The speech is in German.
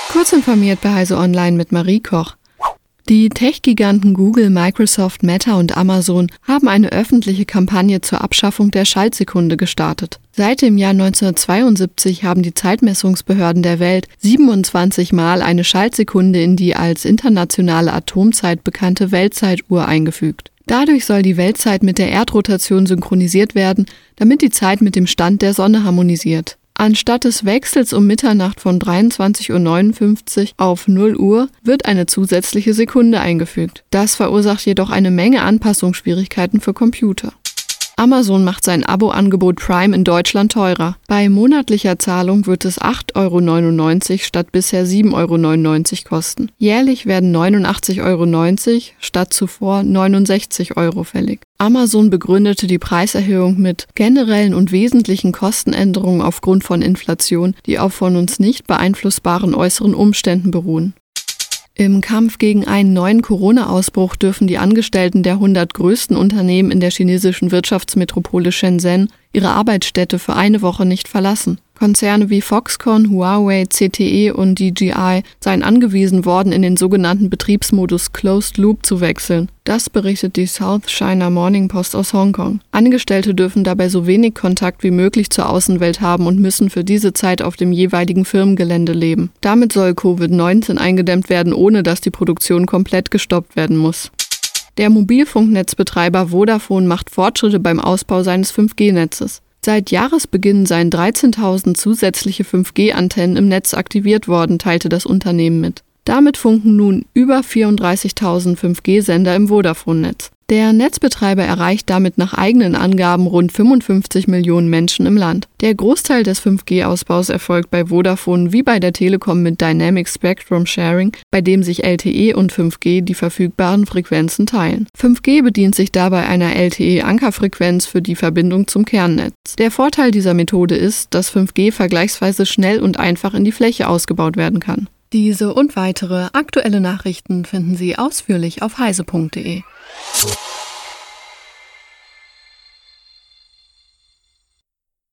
Kurz informiert bei Heise Online mit Marie Koch. Die Tech-Giganten Google, Microsoft, Meta und Amazon haben eine öffentliche Kampagne zur Abschaffung der Schaltsekunde gestartet. Seit dem Jahr 1972 haben die Zeitmessungsbehörden der Welt 27 Mal eine Schaltsekunde in die als internationale Atomzeit bekannte Weltzeituhr eingefügt. Dadurch soll die Weltzeit mit der Erdrotation synchronisiert werden, damit die Zeit mit dem Stand der Sonne harmonisiert. Anstatt des Wechsels um Mitternacht von 23:59 Uhr auf 0 Uhr wird eine zusätzliche Sekunde eingefügt. Das verursacht jedoch eine Menge Anpassungsschwierigkeiten für Computer. Amazon macht sein Abo-Angebot Prime in Deutschland teurer. Bei monatlicher Zahlung wird es 8,99 € statt bisher 7,99 € kosten. Jährlich werden 89,90 € statt zuvor 69 € fällig. Amazon begründete die Preiserhöhung mit generellen und wesentlichen Kostenänderungen aufgrund von Inflation, die auf von uns nicht beeinflussbaren äußeren Umständen beruhen. Im Kampf gegen einen neuen Corona-Ausbruch dürfen die Angestellten der 100 größten Unternehmen in der chinesischen Wirtschaftsmetropole Shenzhen ihre Arbeitsstätte für eine Woche nicht verlassen. Konzerne wie Foxconn, Huawei, ZTE und DJI seien angewiesen worden, in den sogenannten Betriebsmodus Closed Loop zu wechseln. Das berichtet die South China Morning Post aus Hongkong. Angestellte dürfen dabei so wenig Kontakt wie möglich zur Außenwelt haben und müssen für diese Zeit auf dem jeweiligen Firmengelände leben. Damit soll Covid-19 eingedämmt werden, ohne dass die Produktion komplett gestoppt werden muss. Der Mobilfunknetzbetreiber Vodafone macht Fortschritte beim Ausbau seines 5G-Netzes. Seit Jahresbeginn seien 13.000 zusätzliche 5G-Antennen im Netz aktiviert worden, teilte das Unternehmen mit. Damit funken nun über 34.000 5G-Sender im Vodafone-Netz. Der Netzbetreiber erreicht damit nach eigenen Angaben rund 55 Millionen Menschen im Land. Der Großteil des 5G-Ausbaus erfolgt bei Vodafone wie bei der Telekom mit Dynamic Spectrum Sharing, bei dem sich LTE und 5G die verfügbaren Frequenzen teilen. 5G bedient sich dabei einer LTE-Ankerfrequenz für die Verbindung zum Kernnetz. Der Vorteil dieser Methode ist, dass 5G vergleichsweise schnell und einfach in die Fläche ausgebaut werden kann. Diese und weitere aktuelle Nachrichten finden Sie ausführlich auf heise.de.